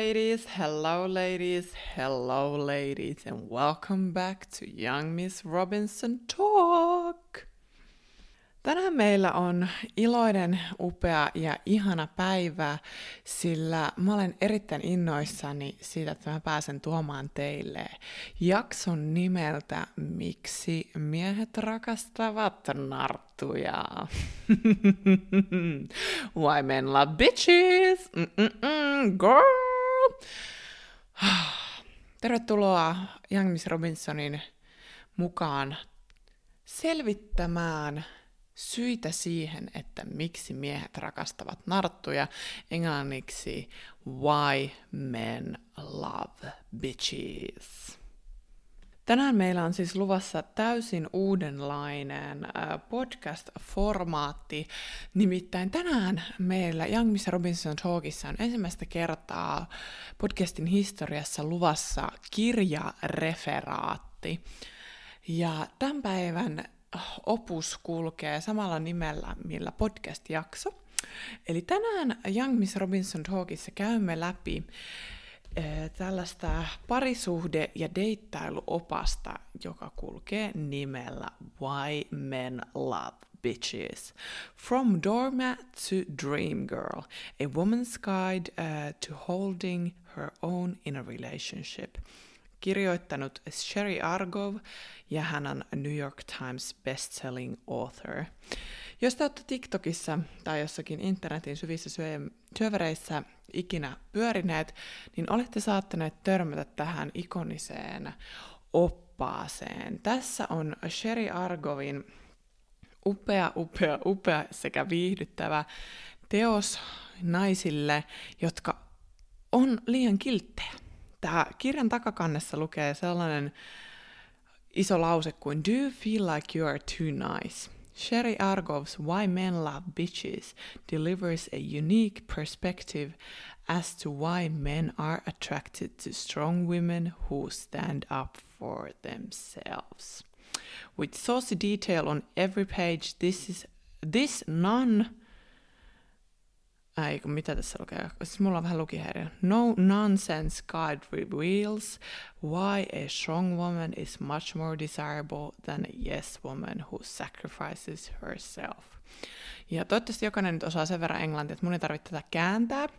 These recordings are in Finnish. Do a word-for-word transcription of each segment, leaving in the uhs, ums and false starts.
ladies, hello ladies, hello ladies, and welcome back to Young Miss Robinson Talk. Tänään meillä on iloinen, upea ja ihana päivä, sillä mä olen erittäin innoissani siitä, että mä pääsen tuomaan teille jakson nimeltä Miksi miehet rakastavat narttuja. Why men love bitches? Mm-mm-mm, girl! Tervetuloa Young Miss Robinsonin mukaan selvittämään syitä siihen, että miksi miehet rakastavat narttuja, englanniksi Why Men Love Bitches. Tänään meillä on siis luvassa täysin uudenlainen äh, podcast-formaatti, nimittäin tänään meillä Young Miss Robinson Talkissa on ensimmäistä kertaa podcastin historiassa luvassa kirjareferaatti. Ja tämän päivän opus kulkee samalla nimellä, millä podcast-jakso. Eli tänään Young Miss Robinson Talkissa käymme läpi äh, tällaista parisuhde- ja deittailuopasta, joka kulkee nimellä Why Men Love Bitches. From Doormat to Dream Girl, a woman's guide uh, to holding her own in a relationship. Kirjoittanut Sherry Argov ja hän on New York Times bestselling author. Jos te olette TikTokissa tai jossakin internetin syvissä syövereissä ikinä pyörineet, niin olette saattaneet törmätä tähän ikoniseen oppaaseen. Tässä on Sherry Argovin upea, upea, upea sekä viihdyttävä teos naisille, jotka on liian kilttejä. Tämä kirjan takakannessa lukee sellainen iso lause kuin Do you feel like you are too nice? Sherry Argov's Why Men Love Bitches delivers a unique perspective as to why men are attracted to strong women who stand up for themselves. With saucy detail on every page, this is this non Ei, kun mitä tässä lukee? Siis mulla on vähän lukihäiriö. No nonsense guide reveals why a strong woman is much more desirable than a yes woman who sacrifices herself. Ja toivottavasti jokainen nyt osaa sen verran englantia, että mun ei tarvitse tätä kääntää,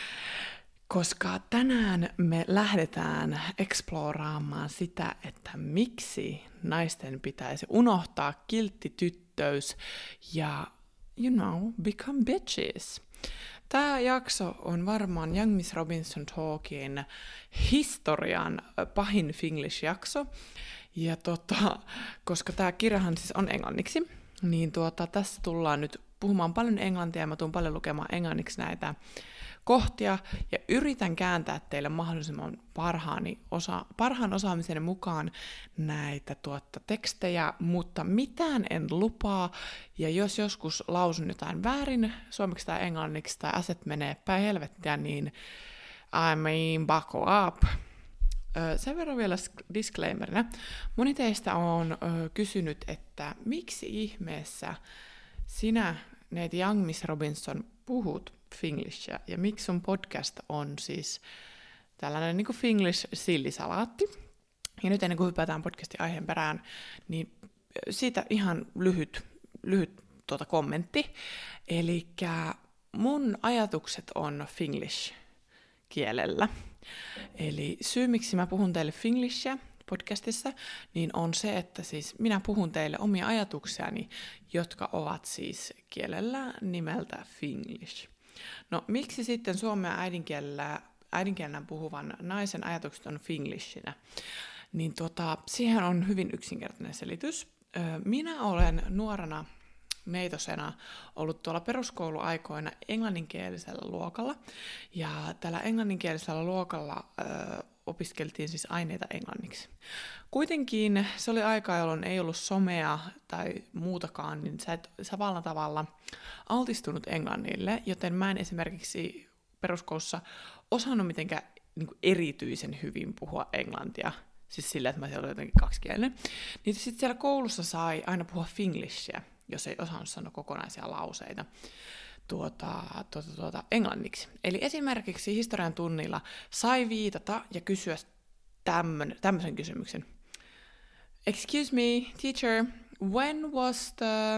koska tänään me lähdetään eksploraamaan sitä, että miksi naisten pitäisi unohtaa kiltti tyttöys ja, you know, become bitches. Tämä jakso on varmaan Young Miss Robinson Talkin historian pahin Finglish-jakso. Ja tota, koska tämä kirjahan siis on englanniksi, niin tuota, tässä tullaan nyt puhumaan paljon englantia ja mä tuun paljon lukemaan englanniksi näitä kohtia ja yritän kääntää teille mahdollisimman parhaani osa, parhaan osaamisen mukaan näitä tuotta tekstejä, mutta mitään en lupaa, ja jos joskus lausun jotain väärin suomeksi tai englanniksi tai aset menee päin helvettiä, niin I mean buckle up. Ö, sen verran vielä disclaimerina. Moni teistä on ö, kysynyt, että miksi ihmeessä sinä, neiti Young Miss Robinson, puhut Finglishia, ja miksi sun podcast on siis tällainen niin kuin Finglish-sillisalaatti. Ja nyt ennen kuin hypätään podcastin aiheen perään, niin siitä ihan lyhyt, lyhyt tuota kommentti. Eli mun ajatukset on Finglish-kielellä. Eli syy, miksi mä puhun teille Finglishia podcastissa, niin on se, että siis minä puhun teille omia ajatuksiani, jotka ovat siis kielellä nimeltä Finglish. No miksi sitten suomea äidinkielellä, äidinkielenä puhuvan naisen ajatukset on Finglishinä? Niin tota, siihen on hyvin yksinkertainen selitys. Minä olen nuorena neitosena ollut tuolla peruskouluaikoina englanninkielisellä luokalla, ja tällä englanninkielisellä luokalla ö, opiskeltiin siis aineita englanniksi. Kuitenkin se oli aika, jolloin ei ollut somea tai muutakaan, niin sä et samalla tavalla altistunut englannille, joten mä en esimerkiksi peruskoulussa osannut mitenkään niin kuin erityisen hyvin puhua englantia, siis sillä, että mä olin jotenkin kaksikielinen. Niin sitten siellä koulussa sai aina puhua finglishia, jos ei osannut sanoa kokonaisia lauseita. tuota, tuota, tuota, englanniksi. Eli esimerkiksi historian tunnilla sai viitata ja kysyä tämmön, tämmöisen kysymyksen. Excuse me, teacher, when was the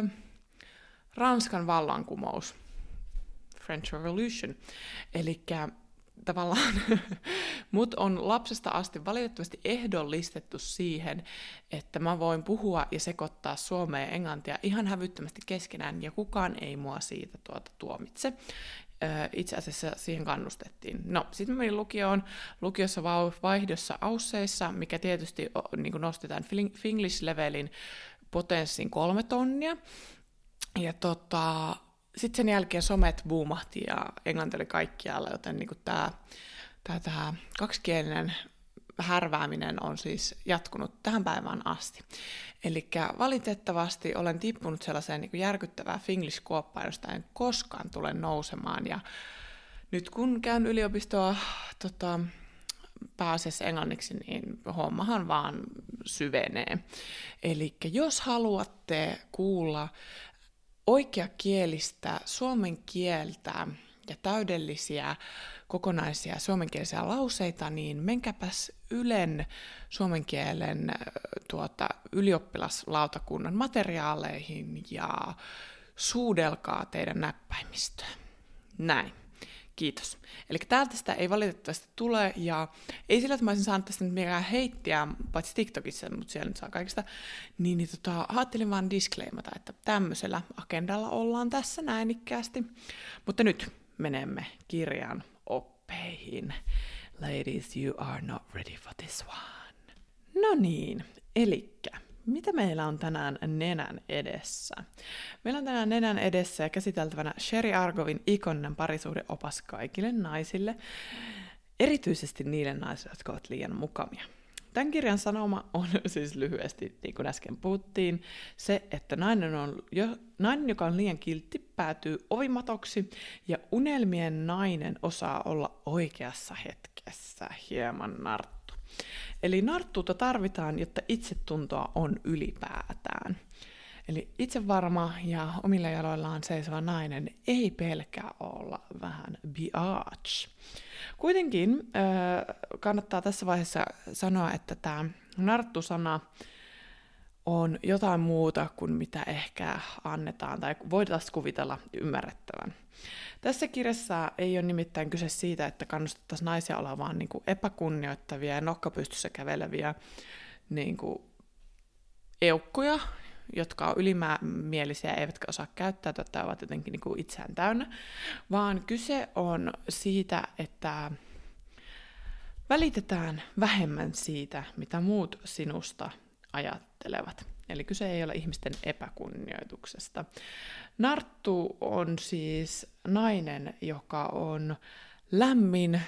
Ranskan vallankumous? French Revolution. Elikkä tavallaan mut on lapsesta asti valitettavasti ehdollistettu siihen, että mä voin puhua ja sekoittaa suomea ja englantia ihan hävyttömästi keskenään, ja kukaan ei mua siitä tuota tuomitse. Itse asiassa siihen kannustettiin. No, sitten mä menin lukioon, lukiossa vaihdossa Ausseissa, mikä tietysti niin nosti tämän Finglish-levelin potenssin kolme tonnia. Ja tota, sitten sen jälkeen somet boomahti ja englanti oli kaikkialla, joten niin tämä tää, tää kaksikielinen härvääminen on siis jatkunut tähän päivään asti. Eli valitettavasti olen tippunut sellaiseen niin järkyttävään Finglish-kuoppaan, josta en koskaan tule nousemaan. Ja nyt kun käyn yliopistoa tota, pääasiassa englanniksi, niin hommahan vaan syvenee. Eli jos haluatte kuulla oikeakielistä suomen kieltä ja täydellisiä kokonaisia suomenkielisiä lauseita, niin menkääpäs Ylen suomen kielen tuota, ylioppilaslautakunnan materiaaleihin ja suudelkaa teidän näppäimistöä. Näin. Kiitos. Eli täältä sitä ei valitettavasti tule, ja ei sillä, että mä olisin saanut tästä nyt mikään heittiä, paitsi TikTokissa, mutta siellä nyt saa kaikista, niin, niin tota, ajattelin vaan disclaimata, että tämmöisellä agendalla ollaan tässä näinikkäästi. Mutta nyt menemme kirjan oppeihin. Ladies, you are not ready for this one. No niin, elikkä mitä meillä on tänään nenän edessä? Meillä on tänään nenän edessä ja käsiteltävänä Sherry Argovin ikoninen parisuhdeopas kaikille naisille, erityisesti niille naisille, jotka ovat liian mukavia. Tämän kirjan sanoma on siis lyhyesti, niin kuin äsken puhuttiin, se, että nainen, on jo, nainen, joka on liian kiltti, päätyy ovimatoksi, ja unelmien nainen osaa olla oikeassa hetkessä hieman narttu. Eli narttuutta tarvitaan, jotta itsetuntoa on ylipäätään. Eli itsevarma ja omilla jaloillaan seisova nainen ei pelkää olla vähän biatch. Kuitenkin äh, kannattaa tässä vaiheessa sanoa, että tämä narttu-sana on jotain muuta kuin mitä ehkä annetaan tai voitaisiin kuvitella ymmärrettävän. Tässä kirjassa ei ole nimittäin kyse siitä, että kannustettaisiin naisia olemaan niin kuin epäkunnioittavia ja nokkapystyssä käveleviä niin kuin eukkoja, jotka on ylimielisiä eivätkä osaa käyttäytyä tai ovat jotenkin niin kuin itseään täynnä, vaan kyse on siitä, että välitetään vähemmän siitä, mitä muut sinusta ajattelevat. Eli kyse ei ole ihmisten epäkunnioituksesta. Narttu on siis nainen, joka on lämmin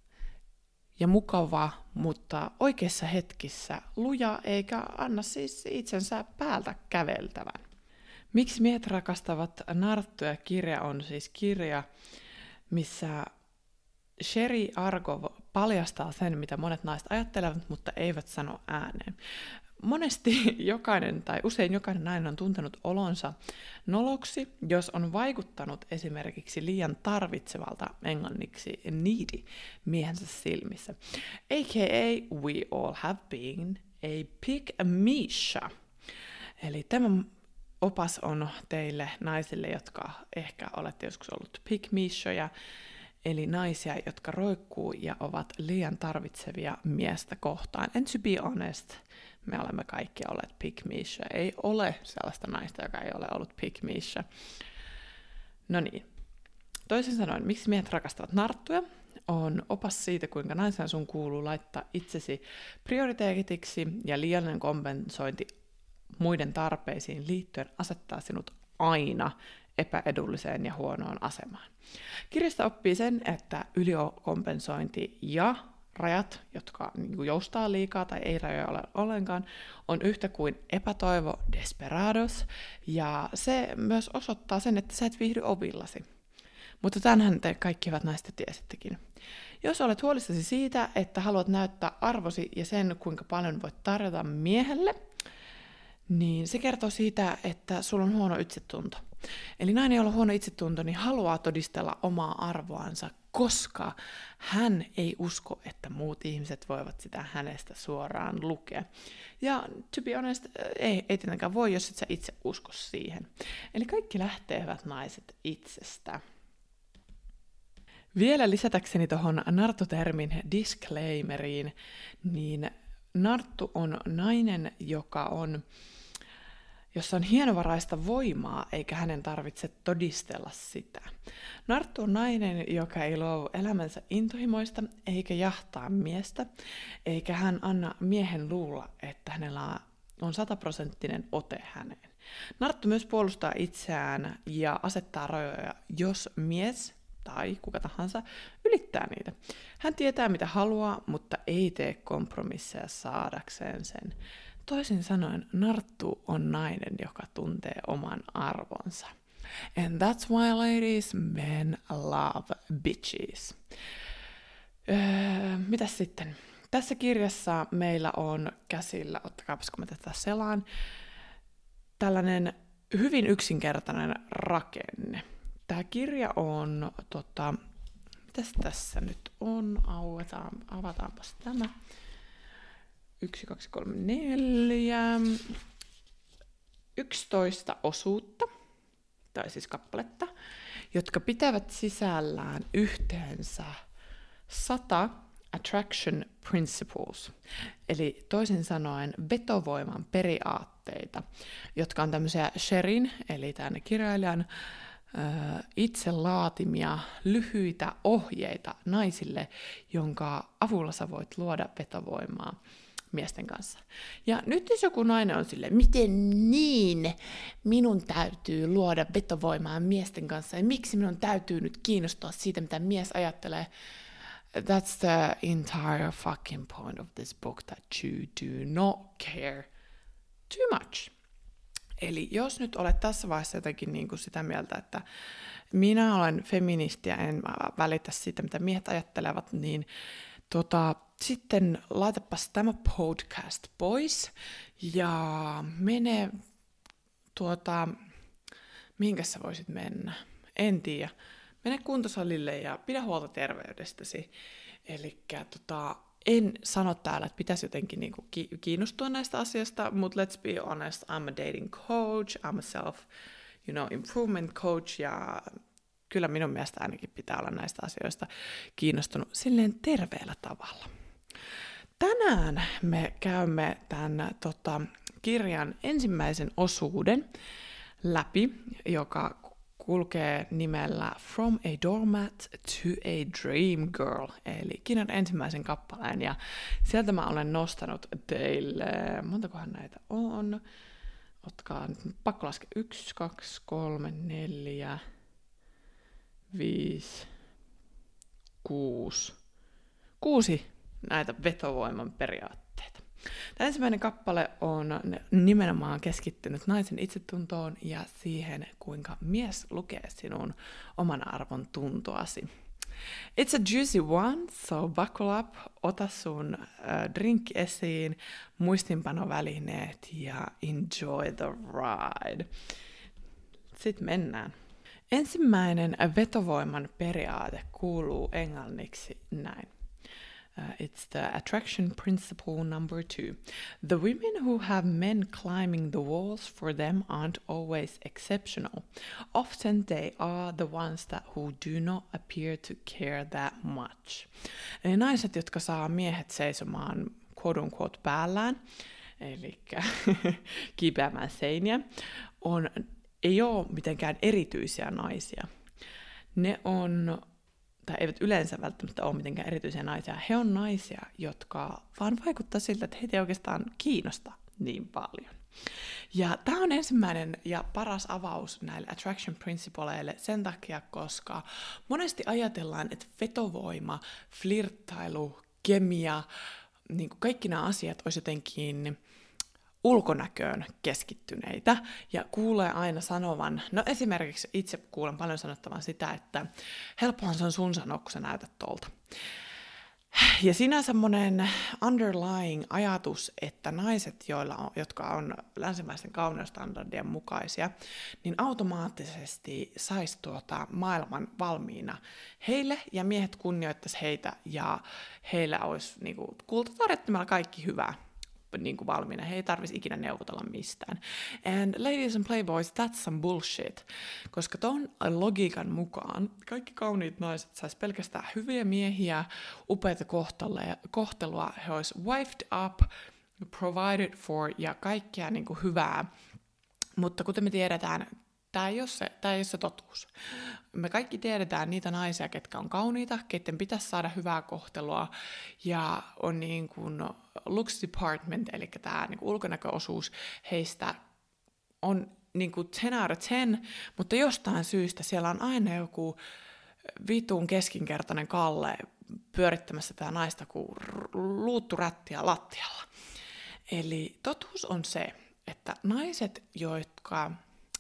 ja mukava, mutta oikeissa hetkissä luja eikä anna siis itsensä päältä käveltävän. Miksi miehet rakastavat narttuja? Kirja on siis kirja, missä Sherry Argov paljastaa sen, mitä monet naiset ajattelevat, mutta eivät sano ääneen. Monesti jokainen tai usein jokainen nainen on tuntenut olonsa noloksi, jos on vaikuttanut esimerkiksi liian tarvitsevalta, englanniksi needy, miehensä silmissä. A K A we all have been a pick-a-misha. Eli tämä opas on teille naisille, jotka ehkä olette joskus ollut pick-mishoja, eli naisia, jotka roikkuu ja ovat liian tarvitsevia miestä kohtaan. And to be honest, me olemme kaikki olleet pick-misha. Ei ole sellaista naista, joka ei ole ollut pick-misha. No niin. Toisin sanoen, miksi miehet rakastavat narttuja, on opas siitä, kuinka naisen sun kuuluu laittaa itsesi prioriteetiksi, ja liiallinen kompensointi muiden tarpeisiin liittyen asettaa sinut aina epäedulliseen ja huonoon asemaan. Kirjasta oppii sen, että ylikompensointi ja rajat, jotka niin joustaa liikaa tai ei rajoja ole ollenkaan, on yhtä kuin epätoivo desperados, ja se myös osoittaa sen, että sä et viihdy ovillasi. Mutta tämänhän te kaikki hyvät naiset tiesittekin. Jos olet huolissasi siitä, että haluat näyttää arvosi ja sen, kuinka paljon voit tarjota miehelle, niin se kertoo siitä, että sulla on huono itsetunto. Eli nainen, jolla on huono itsetunto, niin haluaa todistella omaa arvoansa, koska hän ei usko, että muut ihmiset voivat sitä hänestä suoraan lukea. Ja to be honest, ei, ei tietenkään voi, jos et sä itse usko siihen. Eli kaikki lähtee, hyvät naiset, itsestä. Vielä lisätäkseni tuohon narttutermin disclaimeriin, niin narttu on nainen, joka on, jossa on hienovaraista voimaa, eikä hänen tarvitse todistella sitä. Narttu on nainen, joka ei luovu elämänsä intohimoista, eikä jahtaa miestä, eikä hän anna miehen luulla, että hänellä on sataprosenttinen ote häneen. Narttu myös puolustaa itseään ja asettaa rajoja, jos mies tai kuka tahansa ylittää niitä. Hän tietää, mitä haluaa, mutta ei tee kompromisseja saadakseen sen. Toisin sanoen, narttu on nainen, joka tuntee oman arvonsa. And that's why, ladies, men love bitches. Öö, mitäs sitten? Tässä kirjassa meillä on käsillä, ottakaapas kun mä tätä selaan, tällainen hyvin yksinkertainen rakenne. Tämä kirja on, tota, mitäs tässä nyt on, avataan, avataanpas tämä, yksi, kaksi, kolme, neljä, yksitoista osuutta, tai siis kappaletta, jotka pitävät sisällään yhteensä sata attraction principles, eli toisin sanoen vetovoiman periaatteita, jotka on tämmöisiä Sherin, eli tämän kirjailijan, itse laatimia lyhyitä ohjeita naisille, jonka avulla sä voit luoda vetovoimaa miesten kanssa. Ja nyt jos joku nainen on silleen, miten niin minun täytyy luoda vetovoimaa miesten kanssa, ja miksi minun täytyy nyt kiinnostua siitä, mitä mies ajattelee, that's the entire fucking point of this book, that you do not care too much. Eli jos nyt olet tässä vaiheessa jotenkin niin kuin sitä mieltä, että minä olen feministi ja en välitä siitä, mitä miehet ajattelevat, niin tota, sitten laitapas tämä podcast pois ja mene tuota, mihinkä sä voisit mennä? En tiedä. Mene kuntosalille ja pidä huolta terveydestäsi. Elikkä tota, en sano täällä, että pitäisi jotenkin niinku kiinnostua näistä asioista, mutta let's be honest, I'm a dating coach, I'm a self, you know, improvement coach, ja kyllä minun mielestä ainakin pitää olla näistä asioista kiinnostunut silleen terveellä tavalla. Tänään me käymme tämän tota, kirjan ensimmäisen osuuden läpi, joka kulkee nimellä From a Doormat to a Dream Girl, eli kirjan ensimmäisen kappaleen, ja sieltä mä olen nostanut teille, montakohan näitä on, otkaa nyt pakko laskea, yksi, kaksi, kolme, neljä, viisi, kuusi, kuusi näitä vetovoiman periaatteita. Tämä ensimmäinen kappale on nimenomaan keskittynyt naisen itsetuntoon ja siihen, kuinka mies lukee sinun oman arvon tuntoasi. It's a juicy one, so buckle up, ota sun uh, drink esiin, muistinpanovälineet ja enjoy the ride. Sitten mennään. Ensimmäinen vetovoiman periaate kuuluu englanniksi näin. Uh, it's the attraction principle number two. The women who have men climbing the walls for them aren't always exceptional. Often they are the ones that who do not appear to care that much. Eli naiset, jotka saa miehet seisomaan quote unquote päällään, eli kiipeämään seiniä, on, ei ole mitenkään erityisiä naisia. Ne on tai eivät yleensä välttämättä ole mitenkään erityisiä naisia. He on naisia, jotka vaan vaikuttaa siltä, että heitä ei oikeastaan kiinnosta niin paljon. Ja tämä on ensimmäinen ja paras avaus näille attraction principleille sen takia, koska monesti ajatellaan, että vetovoima, flirttailu, kemia, niin kuin kaikki nämä asiat olisi jotenkin ulkonäköön keskittyneitä, ja kuulee aina sanovan, no esimerkiksi itse kuulen paljon sanottavan sitä, että helppohan se on sun sanoa, kun sä näytät tolta. Ja siinä semmoinen underlying ajatus, että naiset, joilla on, jotka on länsimaisten kauneusstandardien mukaisia, niin automaattisesti saisi tuota maailman valmiina heille, ja miehet kunnioittaisi heitä, ja heillä olisi niin kuin, kultatarjottimella kaikki hyvää niin kuin valmiina. He ei tarvitsisi ikinä neuvotella mistään. And ladies and playboys, that's some bullshit. Koska ton logiikan mukaan kaikki kauniit naiset sais pelkästään hyviä miehiä, upeita kohtelua, he olisi wifed up, provided for ja kaikkea niin kuin hyvää. Mutta kuten me tiedetään, tämä ei ole se, tämä ei ole se totuus. Me kaikki tiedetään niitä naisia, ketkä on kauniita, ketten pitäisi saada hyvää kohtelua, ja on niin kuin looks department, eli tämä niin kuin ulkonäköosuus heistä on niin kuin ten out of ten, mutta jostain syystä siellä on aina joku vitun keskinkertainen Kalle pyörittämässä tätä naista kuin luutturättiä lattialla. Eli totuus on se, että naiset, jotka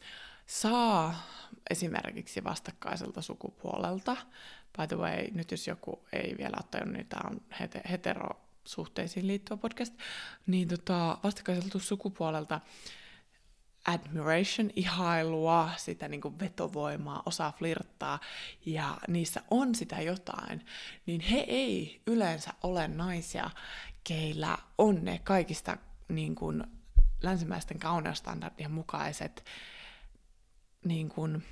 saa esimerkiksi vastakkaiselta sukupuolelta, by the way, nyt jos joku ei vielä ole tajunnut, niin tämä on hete- heterosuhteisiin liittyvä podcast, niin tota, vastakkaiselta sukupuolelta admiration, ihailua, sitä niin kuin vetovoimaa, osaa flirttaa, ja niissä on sitä jotain, niin he ei yleensä ole naisia, keillä on ne kaikista niin kuin länsimäisten kauneusstandardien mukaiset niin kuin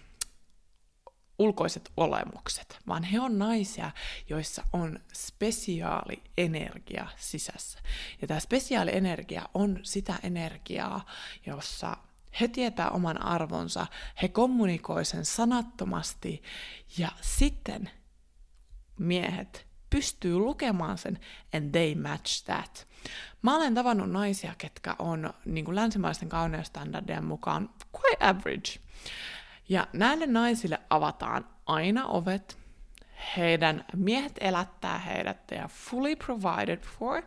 ulkoiset olemukset, vaan he on naisia, joissa on spesiaali energia sisässä. Ja tämä spesiaali energia on sitä energiaa, jossa he tietää oman arvonsa, he kommunikoi sen sanattomasti, ja sitten miehet pystyy lukemaan sen, and they match that. Mä olen tavannut naisia, ketkä on niin kuin länsimaisten kauneusstandardien mukaan quite average. Ja näille naisille avataan aina ovet, heidän miehet elättää heidät, they are fully provided for,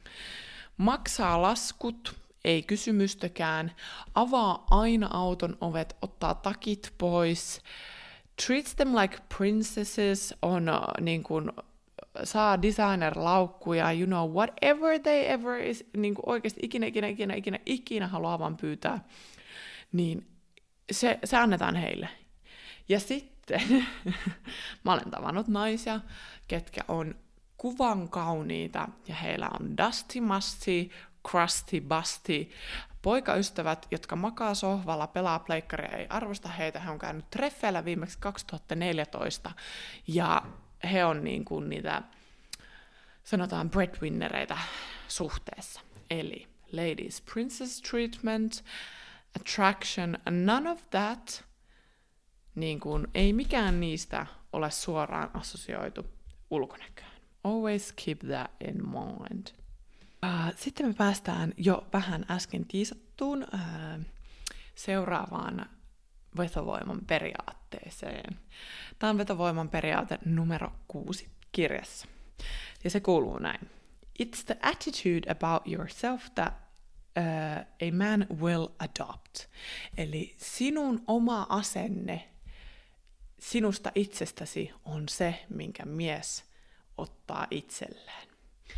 maksaa laskut, ei kysymystäkään, avaa aina auton ovet, ottaa takit pois, treats them like princesses, on uh, niin kuin, saa designer-laukkuja, you know, whatever they ever is, niin kuin oikeasti ikinä, ikinä, ikinä, ikinä, ikinä haluaa vaan pyytää, niin se, se annetaan heille. Ja sitten mä olen tavannut naisia, ketkä on kuvan kauniita, ja heillä on dusty musty, crusty busty, poikaystävät, jotka makaa sohvalla, pelaa pleikkaria, ei arvosta heitä, he on käynyt treffeillä viimeksi kaksituhattaneljätoista, ja he on niin kuin niitä, sanotaan breadwinnereitä suhteessa. Eli ladies princess treatment, attraction, none of that, niin kuin ei mikään niistä ole suoraan assosioitu ulkonäköön. Always keep that in mind. Uh, sitten me päästään jo vähän äsken tiisattuun uh, seuraavaan vetovoiman periaatteeseen. Tämä on vetovoiman periaate numero kuusi kirjassa. Ja se kuuluu näin. It's the attitude about yourself that uh, a man will adopt. Eli sinun oma asenne sinusta itsestäsi on se, minkä mies ottaa itselleen.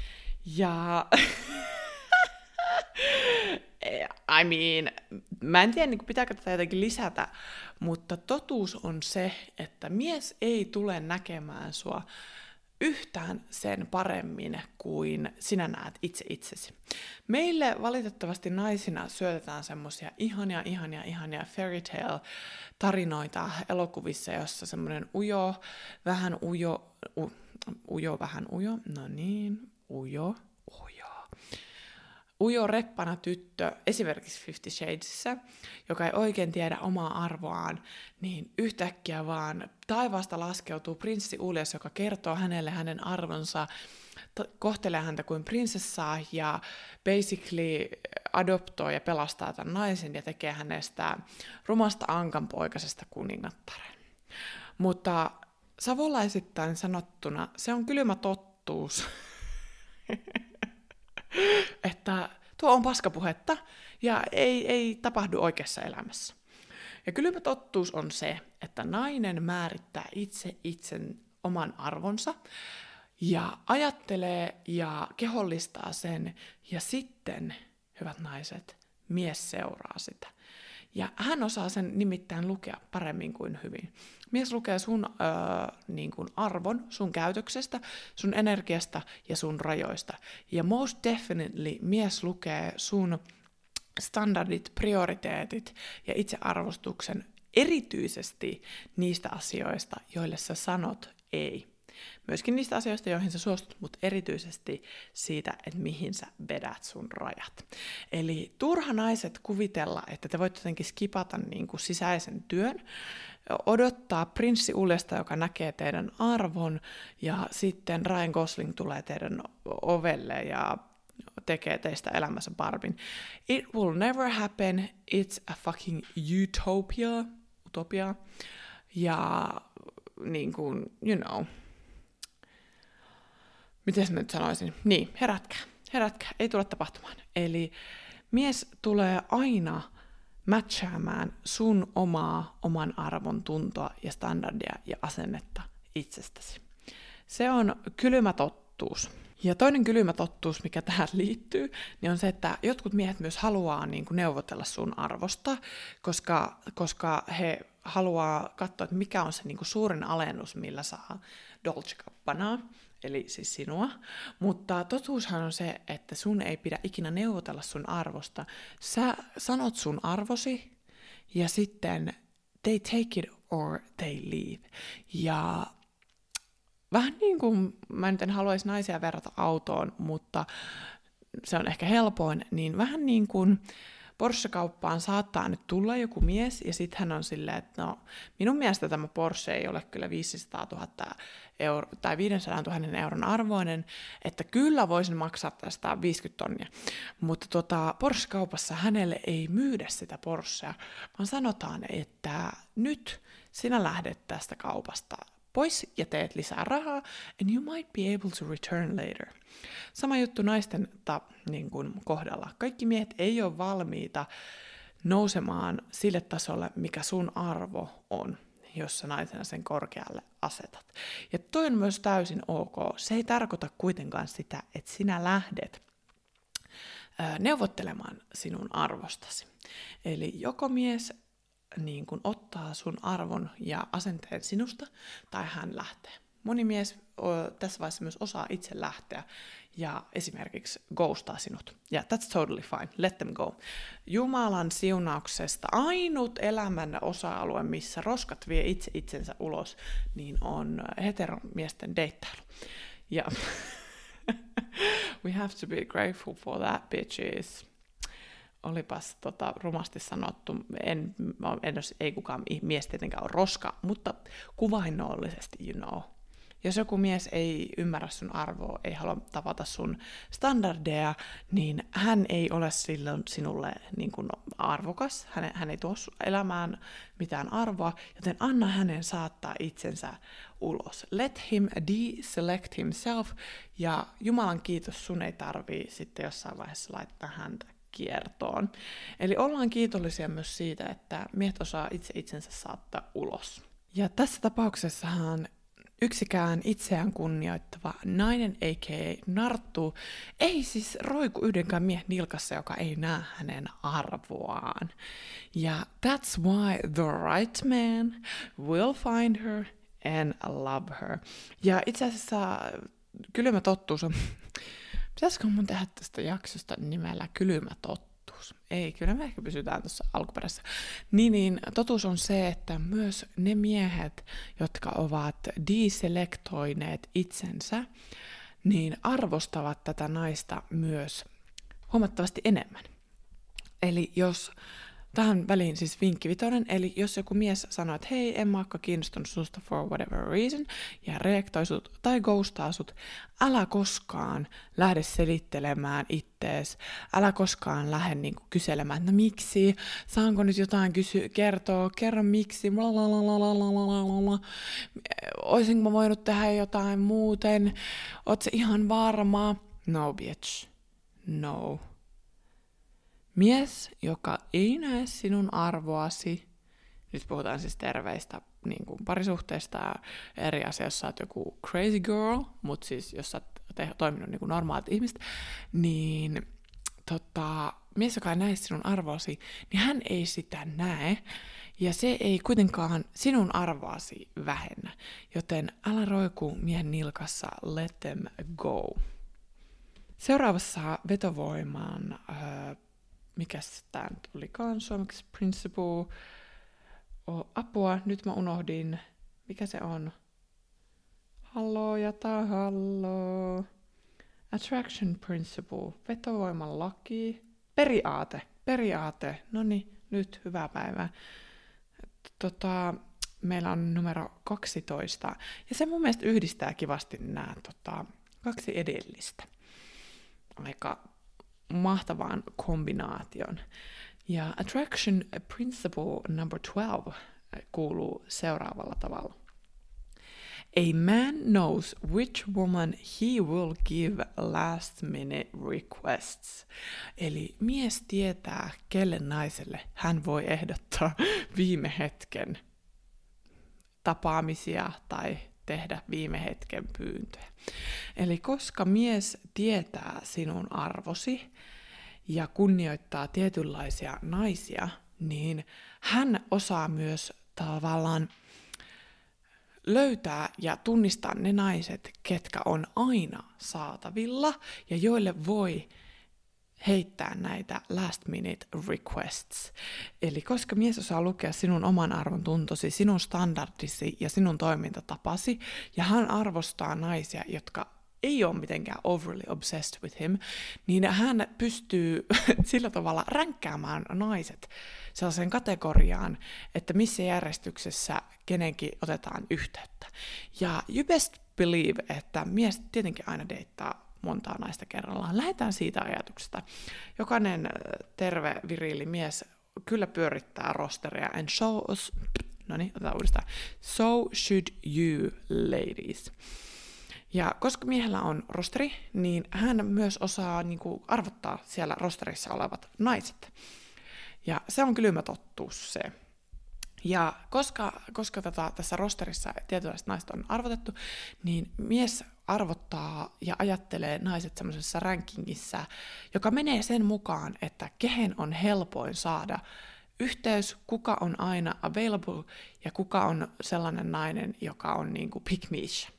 Ja I mean, mä en tiedä, niin pitääkö tätä jotenkin lisätä, mutta totuus on se, että mies ei tule näkemään sua yhtään sen paremmin kuin sinä näet itse itsesi. Meille valitettavasti naisina syötetään semmoisia ihania, ihania, ihania fairy tale tarinoita elokuvissa, jossa semmoinen ujo, vähän ujo, u, ujo, vähän ujo, no niin, ujo, ujo. Ujo reppana tyttö, esimerkiksi Fifty Shadesissa, joka ei oikein tiedä omaa arvoaan, niin yhtäkkiä vaan taivaasta laskeutuu prinsessi Uljas, joka kertoo hänelle hänen arvonsa, t- kohtelee häntä kuin prinsessaa ja basically adoptoi ja pelastaa tämän naisen ja tekee hänestä rumasta ankanpoikaisesta kuningattaren. Mutta savolaisittain sanottuna se on kylmä tottuus. Että tuo on paskapuhetta ja ei, ei tapahdu oikeassa elämässä. Ja kylmä tottuus on se, että nainen määrittää itse itsen oman arvonsa ja ajattelee ja kehollistaa sen, ja sitten, hyvät naiset, mies seuraa sitä. Ja hän osaa sen nimittäin lukea paremmin kuin hyvin. Mies lukee sun öö, niin kuin arvon sun käytöksestä, sun energiasta ja sun rajoista. Ja most definitely mies lukee sun standardit, prioriteetit ja itsearvostuksen erityisesti niistä asioista, joille sä sanot ei. Myöskin niistä asioista, joihin sä suostut, mutta erityisesti siitä, että mihin sä vedät sun rajat. Eli turha naiset kuvitella, että te voitte jotenkin skipata niin kuin sisäisen työn, odottaa prinssi uljasta, joka näkee teidän arvon, ja sitten Ryan Gosling tulee teidän ovelle ja tekee teistä elämässä Barbin. It will never happen, it's a fucking utopia, utopia, ja niin kuin, you know, miten mä nyt sanoisin? Niin, herätkää, herätkää, ei tule tapahtumaan. Eli mies tulee aina matchaamaan sun omaa, oman arvon tuntoa ja standardia ja asennetta itsestäsi. Se on kylmä tottuus. Ja toinen kylmä tottuus, mikä tähän liittyy, niin on se, että jotkut miehet myös haluaa niin kuin neuvotella sun arvosta, koska, koska he haluaa katsoa, että mikä on se niin kuin suurin alennus, millä saa Dolce Gabbanaa, eli siis sinua. Mutta totuushan on se, että sun ei pidä ikinä neuvotella sun arvosta. Sä sanot sun arvosi, ja sitten they take it or they leave. Ja vähän niin kuin, mä nyt en haluaisi naisia verrata autoon, mutta se on ehkä helpoin, niin vähän niin kuin Porsche-kauppaan saattaa nyt tulla joku mies, ja sitten hän on silleen, että no, minun mielestä tämä Porsche ei ole kyllä viisisataatuhatta euro, tai viisisataatuhatta euron arvoinen, että kyllä voisin maksaa tästä viisikymmentä tonnia. Mutta tota, Porsche-kaupassa hänelle ei myydä sitä Porschea, vaan sanotaan, että nyt sinä lähdet tästä kaupasta pois ja teet lisää rahaa, and you might be able to return later. Sama juttu naisten ta, niin kuin kohdalla. Kaikki miehet ei ole valmiita nousemaan sille tasolle, mikä sun arvo on, jos sä naisena sen korkealle asetat. Ja toi on myös täysin ok. Se ei tarkoita kuitenkaan sitä, että sinä lähdet ää, neuvottelemaan sinun arvostasi. Eli joko mies niin kun ottaa sun arvon ja asenteen sinusta, tai hän lähtee. Moni mies o, tässä vaiheessa myös osaa itse lähteä ja esimerkiksi ghostaa sinut. Ja yeah, that's totally fine, let them go. Jumalan siunauksesta ainut elämän osa-alue, missä roskat vie itse itsensä ulos, niin on heteromiesten deittailu. Ja we have to be grateful for that, bitches. Olipas tota, rumasti sanottu, en, en, ei kukaan mies tietenkään ole roska, mutta kuvainnollisesti, you know. Jos joku mies ei ymmärrä sun arvoa, ei halua tavata sun standardeja, niin hän ei ole silloin sinulle niin kuin arvokas, hän, hän ei tuo elämään mitään arvoa, joten anna hänen saattaa itsensä ulos. Let him deselect himself, ja Jumalan kiitos, sun ei tarvii sitten jossain vaiheessa laittaa häntä kiertoon. Eli ollaan kiitollisia myös siitä, että miehet osaa itse itsensä saattaa ulos. Ja tässä tapauksessahan yksikään itseään kunnioittava nainen, a k a narttu, ei siis roiku yhdenkään miehen nilkassa, joka ei näe hänen arvoaan. Ja that's why the right man will find her and love her. Ja itse asiassa kylmä tottuus on pitäisikö mun tehdä tästä jaksosta nimellä kylmä tottuus? Ei, kyllä me ehkä pysytään tuossa alkuperässä. Niin, niin, totuus on se, että myös ne miehet, jotka ovat deselektoineet itsensä, niin arvostavat tätä naista myös huomattavasti enemmän. Eli jos tähän väliin siis vinkki vitonen, eli jos joku mies sanoo, että hei, en mä olekaan kiinnostunut susta for whatever reason, ja reaktoi sut tai ghostaa sut, älä koskaan lähde selittelemään ittees, älä koskaan lähde niinku kyselemään, että no miksi, saanko nyt jotain kysy- kertoa, kerro miksi, oisinko mä voinut tehdä jotain muuten, oot se ihan varma? No bitch, no. Mies, joka ei näe sinun arvoasi, nyt puhutaan siis terveistä niin kuin parisuhteesta ja eri asia, jos sä oot joku crazy girl, mutta siis jos sä oot te- toiminut niin kuin normaalit ihmiset, niin tota, mies, joka ei näe sinun arvoasi, niin hän ei sitä näe, ja se ei kuitenkaan sinun arvoasi vähennä. Joten älä roiku miehen nilkassa, let them go. Seuraavassa vetovoiman, äh, mikäs tää nyt olikaan suomeksi, principle, oh, apua, nyt mä unohdin, mikä se on? Hallo ja hallo. Attraction principle, vetovoiman laki, periaate, periaate, no niin, nyt hyvää päivää. Tota, meillä on numero kaksitoista, ja se mun mielestä yhdistää kivasti nämä tota, kaksi edellistä. Aika mahtavan kombinaation. Ja attraction principle number twelve kuuluu seuraavalla tavalla. A man knows which woman he will give last minute requests. Eli mies tietää, kelle naiselle hän voi ehdottaa viime hetken tapaamisia tai tehdä viime hetken pyyntöjä. Eli koska mies tietää sinun arvosi ja kunnioittaa tietynlaisia naisia, niin hän osaa myös tavallaan löytää ja tunnistaa ne naiset, ketkä on aina saatavilla ja joille voi heittää näitä last minute requests. Eli koska mies osaa lukea sinun oman arvon tuntosi, sinun standardisi ja sinun toimintatapasi, ja hän arvostaa naisia, jotka ei ole mitenkään overly obsessed with him, niin hän pystyy sillä tavalla ränkkäämään naiset sellaiseen kategoriaan, että missä järjestyksessä kenenkin otetaan yhteyttä. Ja you best believe, että mies tietenkin aina deittaa montaa naista kerrallaan. Lähdetään siitä ajatuksesta. Jokainen terve, viriili mies kyllä pyörittää rosteria, and so, no niin, otetaan uudestaan. So should you, ladies. Ja koska miehellä on rosteri, niin hän myös osaa niin kuin, arvottaa siellä rosterissa olevat naiset. Ja se on kylmä totuus se. Ja koska, koska tätä, tässä rosterissa tietynlaiset naiset on arvotettu, niin mies arvottaa ja ajattelee naiset semmoisessa rankingissa, joka menee sen mukaan, että kehen on helpoin saada yhteys, kuka on aina available ja kuka on sellainen nainen, joka on niin kuin pick meish.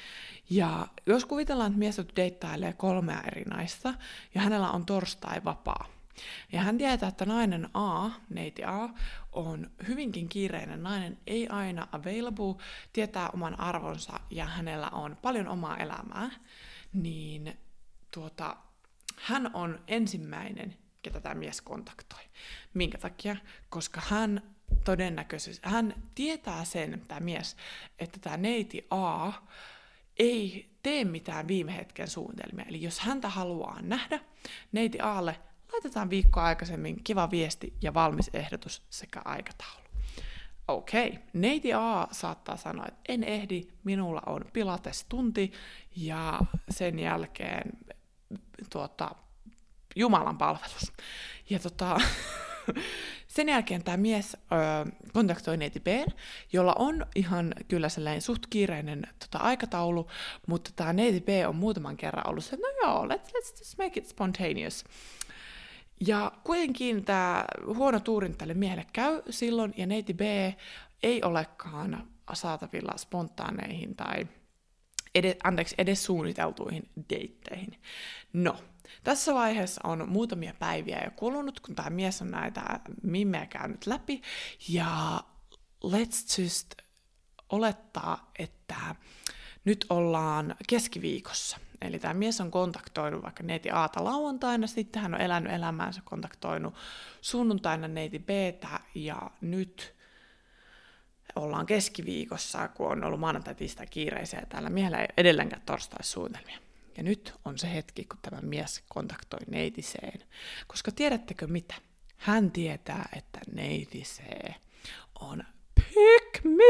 Ja jos kuvitellaan, että mies deittailee kolmea eri naista ja hänellä on torstai vapaa, ja hän tietää, että nainen A, neiti A, on hyvinkin kiireinen nainen, ei aina available, tietää oman arvonsa ja hänellä on paljon omaa elämää, niin tuota, hän on ensimmäinen, ketä tämä mies kontaktoi. Minkä takia? Koska hän todennäköisesti, hän tietää sen, tämä mies, että tämä neiti A ei tee mitään viime hetken suunnitelmia. Eli jos häntä haluaa nähdä, neiti Alle laitetaan viikkoa aikaisemmin kiva viesti ja valmis ehdotus sekä aikataulu. Okei, okay. Neiti A saattaa sanoa, että en ehdi, minulla on pilates-tunti ja sen jälkeen tuota, Jumalan palvelus. Ja tota, sen jälkeen tämä mies ö, kontaktoi neiti B, jolla on ihan kyllä sellainen suht kiireinen tota, aikataulu, mutta tämä neiti B on muutaman kerran ollut se, no joo, let's, let's just make it spontaneous. Ja kuitenkin tämä huono tuurin tälle miehelle käy silloin, ja neiti B ei olekaan saatavilla spontaaneihin tai edes, anteeksi, edes suunniteltuihin deitteihin. No, tässä vaiheessa on muutamia päiviä jo kulunut, kun tämä mies on näitä mimmejä käynyt läpi, ja let's just olettaa, että nyt ollaan keskiviikossa. Eli tämä mies on kontaktoinut vaikka neiti Aata lauantaina, sitten hän on elänyt elämäänsä, kontaktoinut sunnuntaina neiti B:tä, ja nyt ollaan keskiviikossa, kun on ollut maanantai, tiistai kiireisiä, ja täällä miehellä ei edelleenkään torstaissuunnitelmia. Ja nyt on se hetki, kun tämä mies kontaktoi neitiseen. Koska tiedättekö mitä? Hän tietää, että neitise on pick me.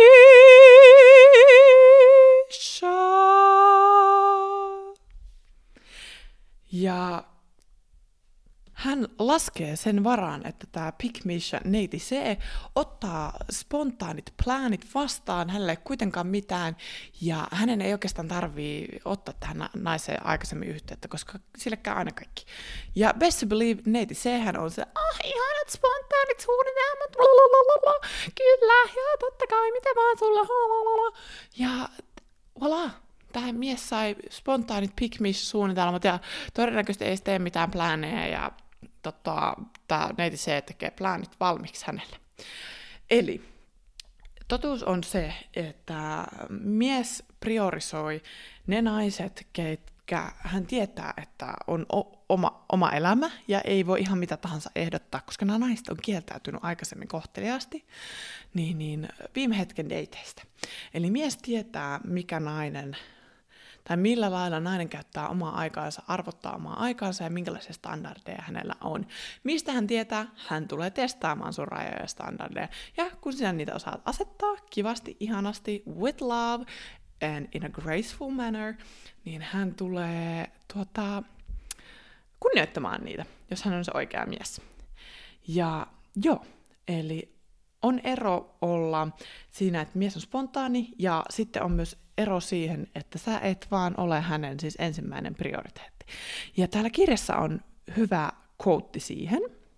Ja hän laskee sen varaan, että tämä Pick Misha neiti C ottaa spontaanit pläänit vastaan, hänelle ei kuitenkaan mitään, ja hänen ei oikeastaan tarvii ottaa tähän naiseen aikaisemmin yhteyttä, koska sille käy aina kaikki. Ja best to believe neiti C hän on se, ah, ihanat spontaanit suunnitelmat, lalalala, kyllä, joo, totta kai, mitä vaan sulla, lalalala. Ja voilà. Tämä mies sai spontaanit Pick Mish-suunnitelmat ja todennäköisesti ei tee mitään plääneja ja tota, tämä neiti C tekee pläänit valmiiksi hänelle. Eli totuus on se, että mies priorisoi ne naiset, ketkä hän tietää, että on o- oma, oma elämä ja ei voi ihan mitä tahansa ehdottaa, koska nämä naiset on kieltäytynyt aikaisemmin kohteliaasti niin, niin viime hetken dateista. Eli mies tietää, mikä nainen tai millä lailla nainen käyttää omaa aikaansa, arvottaa omaa aikaansa ja minkälaisia standardeja hänellä on. Mistä hän tietää? Hän tulee testaamaan sun rajoja ja standardeja. Ja kun sinä niitä osaat asettaa kivasti, ihanasti, with love and in a graceful manner, niin hän tulee tuota, kunnioittamaan niitä, jos hän on se oikea mies. Ja joo, eli on ero olla siinä, että mies on spontaani, ja sitten on myös ero siihen, että sä et vaan ole hänen siis ensimmäinen prioriteetti. Ja täällä kirjassa on hyvä quote siihen.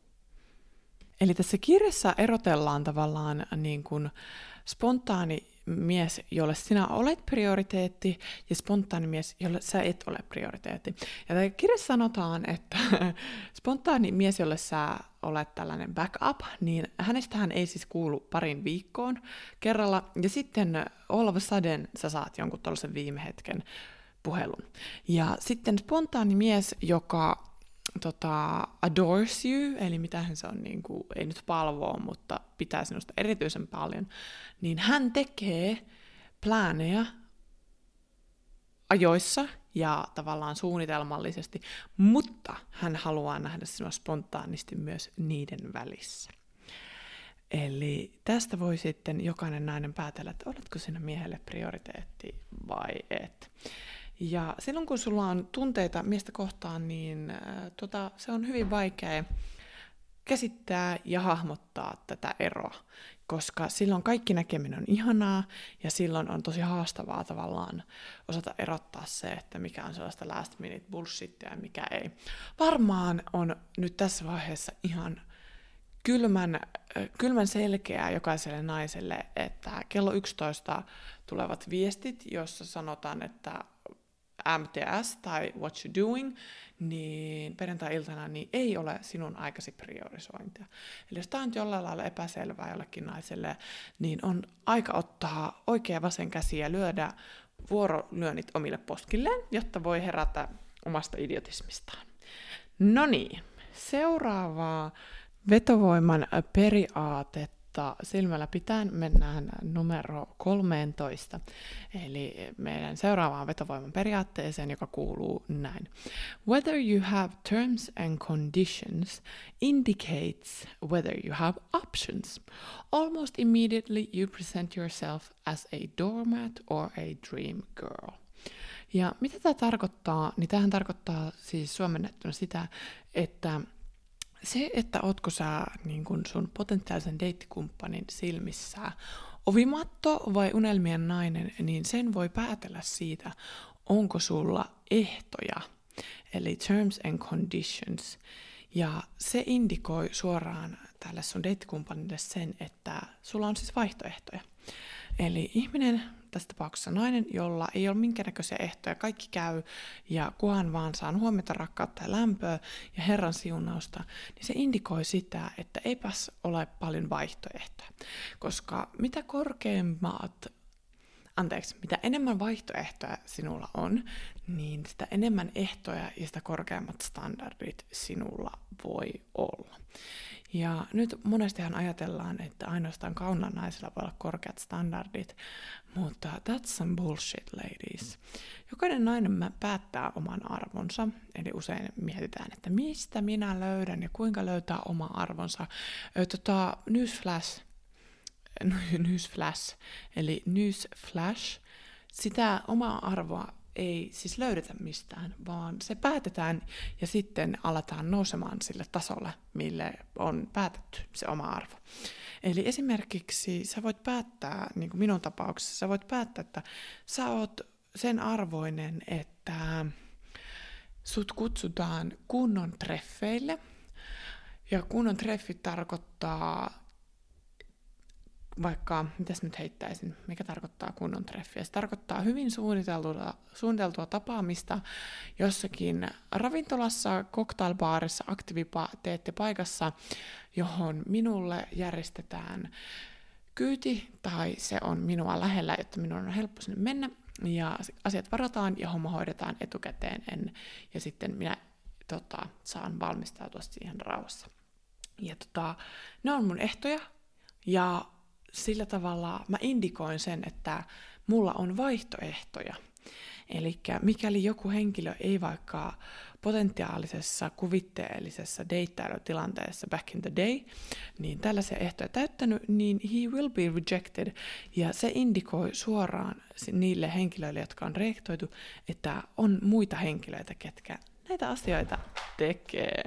Eli tässä kirjassa erotellaan tavallaan niin kuin spontaani mies, jolle sinä olet prioriteetti, ja spontaani mies, jolle sä et ole prioriteetti. Ja tässä kirjassa sanotaan, että spontaani mies, jolle sä olet tällainen backup, niin hänestähän ei siis kuulu parin viikkoon kerralla, ja sitten all of a sudden sä saat jonkun tollaisen viime hetken puhelun. Ja sitten spontaani mies, joka tota, adores you, eli mitähän se on, niin kuin, ei nyt palvoa, mutta pitää sinusta erityisen paljon, niin hän tekee plääneja ajoissa ja tavallaan suunnitelmallisesti, mutta hän haluaa nähdä sinua spontaanisti myös niiden välissä. Eli tästä voi sitten jokainen nainen päätellä, että oletko sinä miehelle prioriteetti vai et. Ja silloin kun sulla on tunteita miestä kohtaan, niin äh, tota, se on hyvin vaikea käsittää ja hahmottaa tätä eroa, koska silloin kaikki näkeminen on ihanaa ja silloin on tosi haastavaa tavallaan osata erottaa se, että mikä on sellaista last minute bullshittia ja mikä ei. Varmaan on nyt tässä vaiheessa ihan kylmän, kylmän selkeää jokaiselle naiselle, että kello yksitoista tulevat viestit, jossa sanotaan, että M T S tai what you doing, niin perjantai-iltana niin ei ole sinun aikasi priorisointia. Eli jos tämä on jollain lailla epäselvää jollekin naiselle, niin on aika ottaa oikea vasen käsi ja lyödä vuorolyönnit omille poskilleen, jotta voi herätä omasta idiotismistaan. No niin, seuraavaa vetovoiman periaatetta silmällä pitäen mennään numero kolmetoista. Eli meidän seuraavaan vetovoiman periaatteeseen, joka kuuluu näin. Whether you have terms and conditions indicates whether you have options. Almost immediately you present yourself as a doormat or a dream girl. Ja mitä tämä tarkoittaa? Niin tämähän tarkoittaa siis suomennettuna sitä, että se, että ootko sä niin kun sun potentiaalisen deittikumppanin silmissä ovimatto vai unelmien nainen, niin sen voi päätellä siitä, onko sulla ehtoja, eli terms and conditions. Ja se indikoi suoraan tälle sun deittikumppanille sen, että sulla on siis vaihtoehtoja. Eli ihminen, tässä tapauksessa nainen, jolla ei ole minkäännäköisiä ehtoja, kaikki käy ja kunhan vaan saan huomiota, rakkautta ja lämpöä ja Herran siunausta, niin se indikoi sitä, että eipäs ole paljon vaihtoehtoja. Koska mitä korkeammat, anteeksi, mitä enemmän vaihtoehtoja sinulla on, niin sitä enemmän ehtoja ja sitä korkeammat standardit sinulla voi olla. Ja nyt monestihan ajatellaan, että ainoastaan kaunilla naisilla voi olla korkeat standardit, mutta that's some bullshit, ladies. Jokainen nainen päättää oman arvonsa, eli usein mietitään, että mistä minä löydän ja kuinka löytää oma arvonsa. Tota, newsflash, newsflash, eli newsflash, sitä omaa arvoa ei siis löydetä mistään, vaan se päätetään ja sitten aletaan nousemaan sille tasolle, mille on päätetty se oma arvo. Eli esimerkiksi sä voit päättää, niin kuin minun tapauksessa, sä voit päättää, että sä oot sen arvoinen, että sut kutsutaan kunnon treffeille. Ja kunnon treffit tarkoittaa vaikka, mitäs nyt heittäisin, mikä tarkoittaa kunnon treffiä? Se tarkoittaa hyvin suunniteltua, suunniteltua tapaamista jossakin ravintolassa, cocktailbaarissa, aktiviteettipaikassa, johon minulle järjestetään kyyti tai se on minua lähellä, jotta minun on helppo sinne mennä. Ja asiat varataan ja homma hoidetaan etukäteen en, ja sitten minä tota, saan valmistautua siihen rauhassa. Ja tota, ne on mun ehtoja ja sillä tavalla mä indikoin sen, että mulla on vaihtoehtoja. Eli mikäli joku henkilö ei vaikka potentiaalisessa kuvitteellisessa deittailutilanteessa back in the day, niin tällaisia ehtoja täyttänyt, niin he will be rejected. Ja se indikoi suoraan niille henkilöille, jotka on rejektoitu, että on muita henkilöitä, ketkä näitä asioita tekee.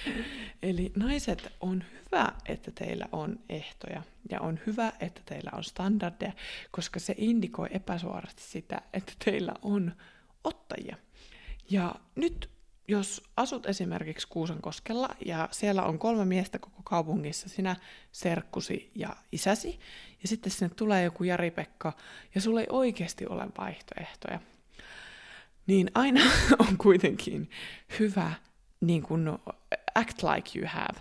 Eli naiset, on hyvä, että teillä on ehtoja ja on hyvä, että teillä on standardeja, koska se indikoi epäsuorasti sitä, että teillä on ottajia. Ja nyt jos asut esimerkiksi Kuusankoskella ja siellä on kolme miestä koko kaupungissa, sinä, serkkusi ja isäsi, ja sitten sinne tulee joku Jari-Pekka ja sulla ei oikeasti ole vaihtoehtoja, niin aina on kuitenkin hyvä niin kuin act like you have.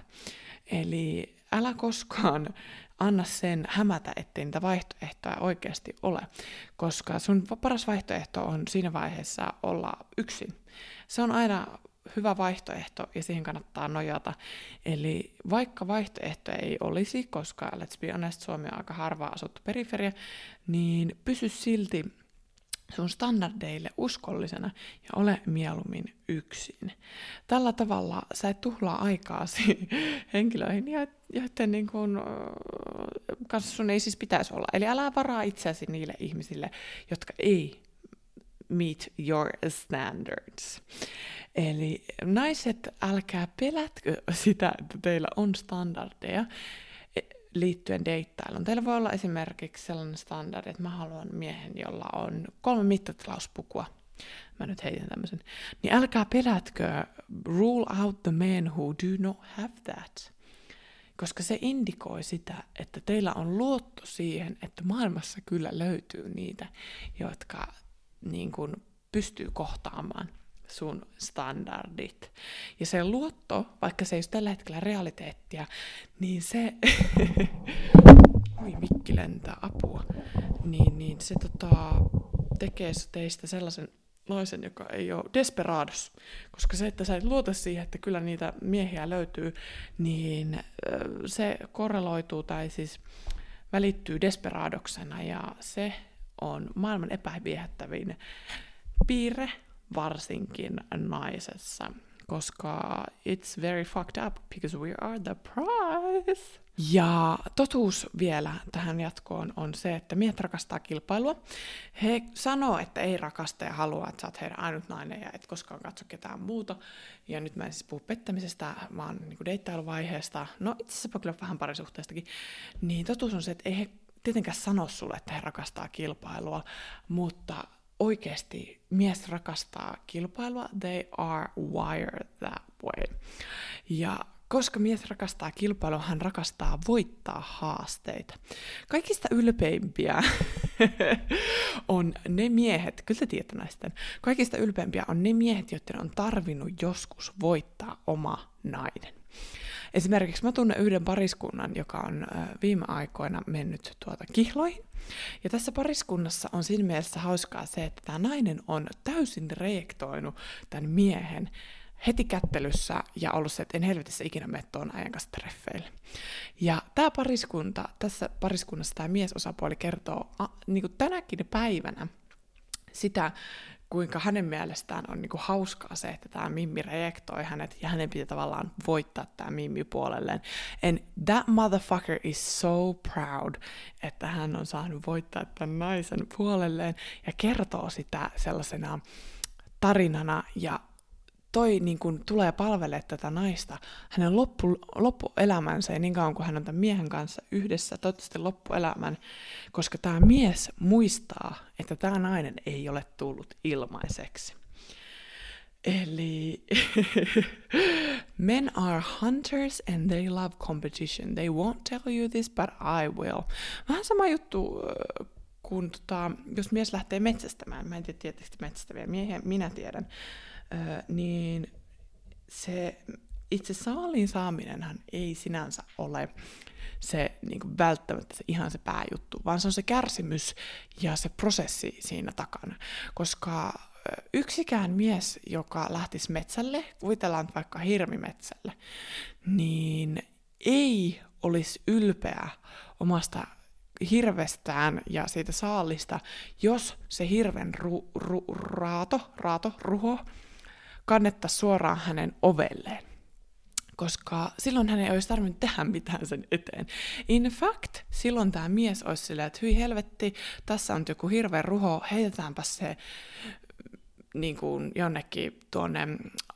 Eli älä koskaan anna sen hämätä, ettei niitä vaihtoehtoja oikeasti ole, koska sun paras vaihtoehto on siinä vaiheessa olla yksin. Se on aina hyvä vaihtoehto ja siihen kannattaa nojata. Eli vaikka vaihtoehtoja ei olisi, koska let's be honest, Suomi on aika harvaa asuttu periferia, niin pysy silti sun standardeille uskollisena ja ole mieluummin yksin. Tällä tavalla sä et tuhlaa aikaasi henkilöihin, joiden niin kun, kanssa sun ei siis pitäisi olla. Eli älä varaa itseäsi niille ihmisille, jotka ei meet your standards. Eli naiset, älkää pelätkö sitä, että teillä on standardeja liittyen deittailuun. Teillä voi olla esimerkiksi sellainen standardi, että mä haluan miehen, jolla on kolme mittatilauspukua. Mä nyt heitän tämmöisen. Niin älkää pelätkö, rule out the men who do not have that. Koska se indikoi sitä, että teillä on luotto siihen, että maailmassa kyllä löytyy niitä, jotka niin kuin pystyy kohtaamaan sun standardit. Ja se luotto, vaikka se ei ole tällä hetkellä realiteettia, niin se, oi mikki lentää, apua, niin, niin se tota, tekee teistä sellaisen naisen, joka ei ole desperados. Koska se, että sä et luota siihen, että kyllä niitä miehiä löytyy, niin se korreloituu tai siis välittyy desperadoksena ja se on maailman epäviehättävin piirre, varsinkin naisessa, koska it's very fucked up because we are the prize. Ja totuus vielä tähän jatkoon on se, että miehet rakastaa kilpailua. He sanoo, että ei rakasta ja haluaa, että sä oot heidän ainut nainen ja et koskaan katso ketään muuta. Ja nyt mä en siis puhu pettämisestä, vaan niin kuin deittailuvaiheesta. No itse asiassa kyllä vähän parisuhteestakin. Niin totuus on se, että ei he tietenkään sano sulle, että he rakastaa kilpailua, mutta oikeasti mies rakastaa kilpailua, they are wired that way. Ja koska mies rakastaa kilpailua, hän rakastaa voittaa haasteita. Kaikista ylpeimpiä on ne miehet, kyllä te tiedätte näistä, kaikista ylpeimpiä on ne miehet, joiden on tarvinnut joskus voittaa oma nainen. Esimerkiksi mä tunnen yhden pariskunnan, joka on viime aikoina mennyt tuota kihloihin. Ja tässä pariskunnassa on siinä mielessä hauskaa se, että tämä nainen on täysin rejektoinut tämän miehen heti kättelyssä ja ollut se, että en helvetissä ikinä mene tuon ajan kanssa treffeille. Ja tämä pariskunta, tässä pariskunnassa tämä miesosapuoli kertoo a, niin kuin tänäkin päivänä sitä, kuinka hänen mielestään on niinku hauskaa se, että tämä Mimmi rejektoi hänet ja hänen pitää tavallaan voittaa tämä Mimmi puolelleen. And that motherfucker is so proud, että hän on saanut voittaa tämän naisen puolelleen ja kertoo sitä sellaisena tarinana ja toi niin kun tulee palvelemaan tätä naista hänen loppu, loppuelämänsä ja niin kauan kuin hän on tämän miehen kanssa yhdessä, toivottavasti loppuelämän, koska tämä mies muistaa, että tämä nainen ei ole tullut ilmaiseksi. Eli men are hunters and they love competition. They won't tell you this, but I will. Vähän sama juttu, kun tota, jos mies lähtee metsästämään, mä en tiedä tietysti metsästäviä miehiä, minä tiedän, Öö, niin se itse saaliin saaminenhan ei sinänsä ole se niin kuin välttämättä se, ihan se pääjuttu, vaan se on se kärsimys ja se prosessi siinä takana. Koska yksikään mies, joka lähtisi metsälle, kuvitellaan vaikka hirvimetsälle, niin ei olisi ylpeä omasta hirvestään ja siitä saalista, jos se hirven ru, ru, raato, raato, ruho, kannettaisiin suoraan hänen ovelleen, koska silloin hän ei olisi tarvinnut tehdä mitään sen eteen. In fact, silloin tämä mies olisi silleen, että hyi helvetti, tässä on joku hirveän ruho, heitetäänpä se niin kuin jonnekin tuonne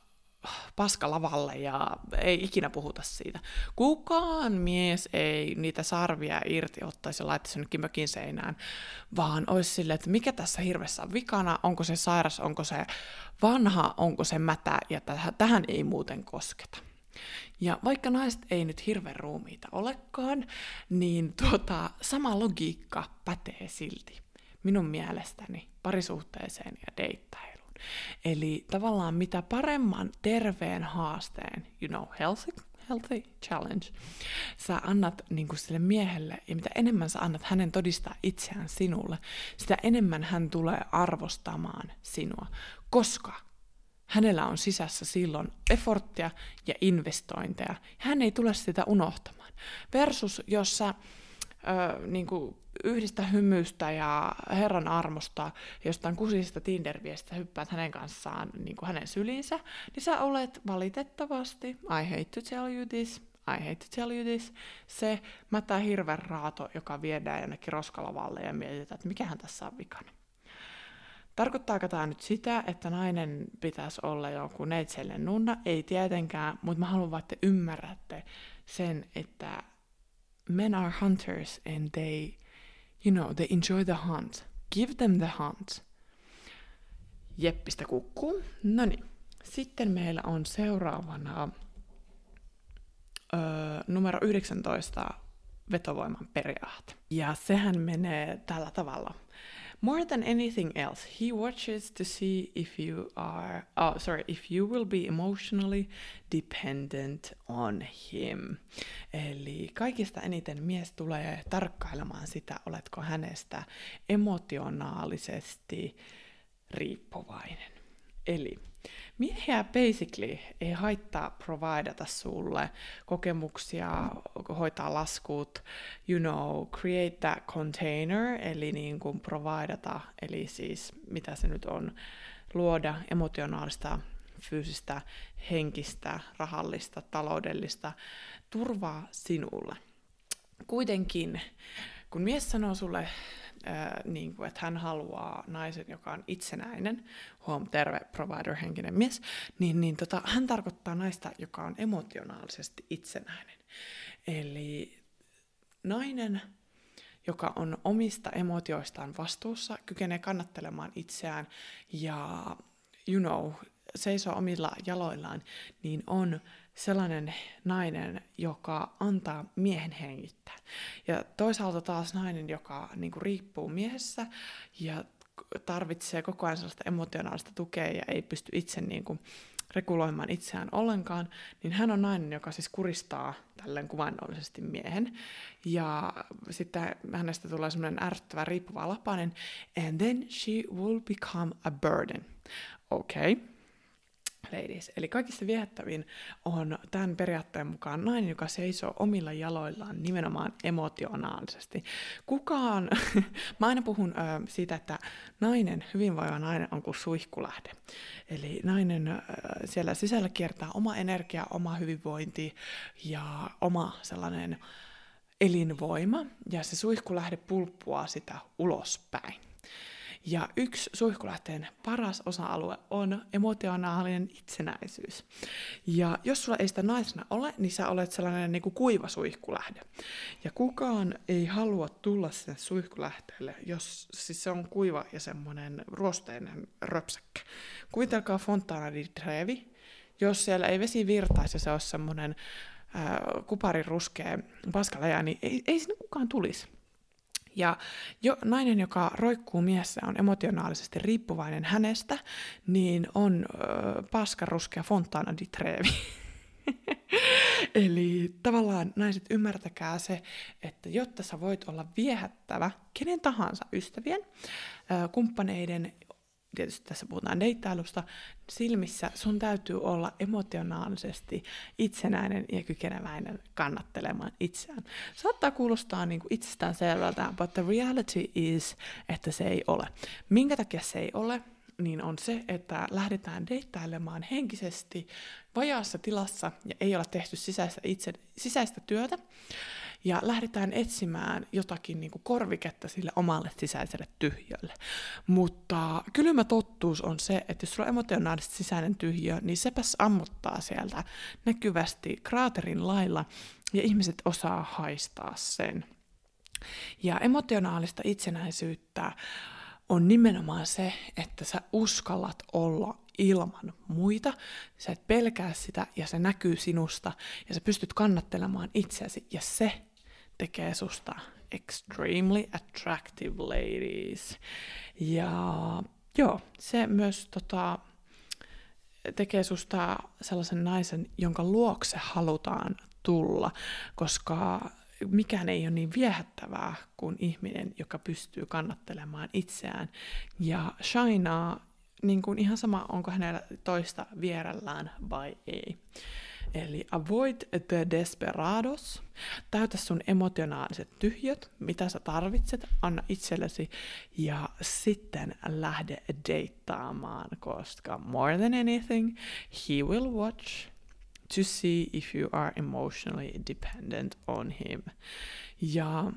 paskalavalle ja ei ikinä puhuta siitä. Kukaan mies ei niitä sarvia irti ottaisi ja laittaisi jonnekin mökin seinään, vaan olisi silleen, että mikä tässä hirvessä on vikana, onko se sairas, onko se vanha, onko se mätä, ja täh- tähän ei muuten kosketa. Ja vaikka naiset ei nyt hirveän ruumiita olekaan, niin tuota, sama logiikka pätee silti minun mielestäni parisuhteeseen ja deittailuun. Eli tavallaan mitä paremman terveen haasteen, you know, healthy, healthy challenge, sä annat niin kuin sille miehelle, ja mitä enemmän sä annat hänen todistaa itseään sinulle, sitä enemmän hän tulee arvostamaan sinua, koska hänellä on sisässä silloin efforttia ja investointeja, ja hän ei tule sitä unohtamaan. Versus jos sä Öö, niin kuin yhdistä hymystä ja Herran armosta ja jostain kusisesta Tinder-viestistä hyppäät hänen kanssaan niin kuin hänen syliinsä, niin sä olet valitettavasti, I hate to tell you this, I hate to tell you this, se mätä hirven raato, joka viedään jonnekin roskalavalle ja mietitään, että mikähän tässä on vikana. Tarkoittaako tämä nyt sitä, että nainen pitäisi olla joku neitsellinen nunna? Ei tietenkään, mutta mä haluan vaan, että ymmärrätte sen, että men are hunters and they, you know, they enjoy the hunt. Give them the hunt. Jeppistä kukkuu. No niin. Sitten meillä on seuraavana öö, numero yhdeksäntoista vetovoiman periaate. Ja sehän menee tällä tavalla. More than anything else, he watches to see if you are, oh, sorry, if you will be emotionally dependent on him. Eli kaikista eniten mies tulee tarkkailemaan sitä, oletko hänestä emotionaalisesti riippuvainen. Eli miehiä basically ei haittaa providata sulle kokemuksia, hoitaa laskut, you know, create that container, eli niin kuin providata, eli siis mitä se nyt on, luoda emotionaalista, fyysistä, henkistä, rahallista, taloudellista turvaa sinulle. Kuitenkin, kun mies sanoo sulle, Äh, niin kuin, että hän haluaa naisen, joka on itsenäinen, huom, terve, provider-henkinen mies, niin, niin tota, hän tarkoittaa naista, joka on emotionaalisesti itsenäinen. Eli nainen, joka on omista emotioistaan vastuussa, kykenee kannattelemaan itseään ja, you know, seisoo omilla jaloillaan, niin on sellainen nainen, joka antaa miehen hengittää. Ja toisaalta taas nainen, joka niinku riippuu miehessä ja tarvitsee koko ajan sellaista emotionaalista tukea ja ei pysty itse niinku reguloimaan itseään ollenkaan, niin hän on nainen, joka siis kuristaa tälleen kuvainnollisesti miehen. Ja sitten hänestä tulee semmoinen ärsyttävä riippuva lapainen, and then she will become a burden. Okei. Okay. ladies. Eli kaikista viehättävin on tämän periaatteen mukaan nainen, joka seisoo omilla jaloillaan nimenomaan emotionaalisesti. Kukaan, mä aina puhun ö, siitä, että nainen, hyvinvoiva nainen on kuin suihkulähde. Eli nainen ö, siellä sisällä kiertää oma energia, oma hyvinvointi ja oma sellainen elinvoima, ja se suihkulähde pulppuaa sitä ulospäin. Ja yksi suihkulähteen paras osa-alue on emotionaalinen itsenäisyys. Ja jos sulla ei sitä naisena ole, niin sä olet sellainen niin kuin kuiva suihkulähde. Ja kukaan ei halua tulla sinne suihkulähteelle, jos siis se on kuiva ja semmoinen ruosteinen röpsäkkä. Kuvitelkaa Fontana di Trevi. Jos siellä ei vesi virtaisi ja se olisi semmoinen äh, kupariruskea paskaläjä, niin ei, ei sinne kukaan tulisi. Ja jo nainen, joka roikkuu miehessä, on emotionaalisesti riippuvainen hänestä, niin on ö, paskaruskea Fontana di Trevi. Eli tavallaan naiset, ymmärtäkää se, että jotta sä voit olla viehättävä kenen tahansa ystävien, ö, kumppaneiden, tietysti tässä puhutaan deittailusta, silmissä sun täytyy olla emotionaalisesti itsenäinen ja kykeneväinen kannattelemaan itseään. Saattaa kuulostaa niin kuin itsestään selvältä, but the reality is, että se ei ole. Minkä takia se ei ole? Niin on se, että lähdetään deittailemaan henkisesti vajaassa tilassa ja ei olla tehty sisäistä, itse, sisäistä työtä. Ja lähdetään etsimään jotakin niin kuin korviketta sille omalle sisäiselle tyhjölle. Mutta kylmä totuus on se, että jos sulla on emotionaalisesti sisäinen tyhjö, niin sepäs ammottaa sieltä näkyvästi kraaterin lailla, ja ihmiset osaa haistaa sen. Ja emotionaalista itsenäisyyttä on nimenomaan se, että sä uskallat olla ilman muita, sä et pelkää sitä ja se näkyy sinusta ja sä pystyt kannattelemaan itseäsi ja se tekee susta extremely attractive ladies. Ja joo, se myös tota, tekee susta sellaisen naisen, jonka luokse halutaan tulla, koska mikään ei ole niin viehättävää kuin ihminen, joka pystyy kannattelemaan itseään ja shinaa, niin kuin ihan sama, onko hänellä toista vierellään vai ei. Eli avoid the desperados, täytä sun emotionaaliset tyhjöt, mitä sä tarvitset, anna itsellesi ja sitten lähde deittaamaan, koska more than anything, he will watch to see if you are emotionally dependent on him. Ja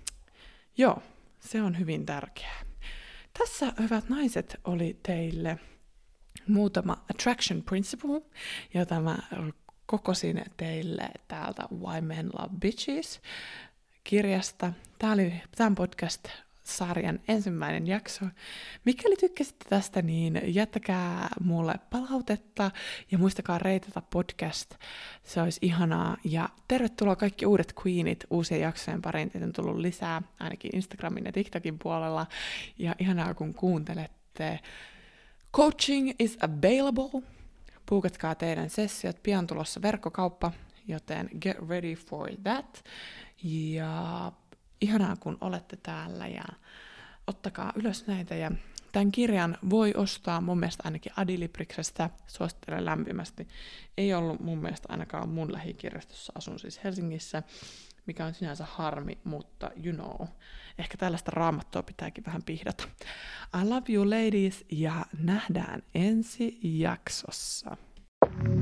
joo, se on hyvin tärkeää. Tässä, hyvät naiset, oli teille muutama attraction principle, jota mä kokosin teille täältä Why Men Love Bitches -kirjasta. Tämä oli tämän podcast-sarjan ensimmäinen jakso. Mikäli tykkäsitte tästä, niin jättäkää mulle palautetta ja muistakaa reitata podcast. Se olisi ihanaa. Ja tervetuloa kaikki uudet queenit uusien jaksojen pariin. Teitä on tullut lisää, ainakin Instagramin ja TikTokin puolella. Ja ihanaa, kun kuuntelette. Coaching is available. Puukatkaa teidän sessiot, pian tulossa verkkokauppa, joten get ready for that. Ja ihanaa, kun olette täällä ja ottakaa ylös näitä. Ja tämän kirjan voi ostaa mun mielestä ainakin Adilibriksestä, suosittelen lämpimästi. Ei ollut mun mielestä ainakaan mun lähikirjastossa, asun siis Helsingissä, mikä on sinänsä harmi, mutta you know, ehkä tällaista raamattua pitääkin vähän pihdata. I love you ladies ja nähdään ensi jaksossa.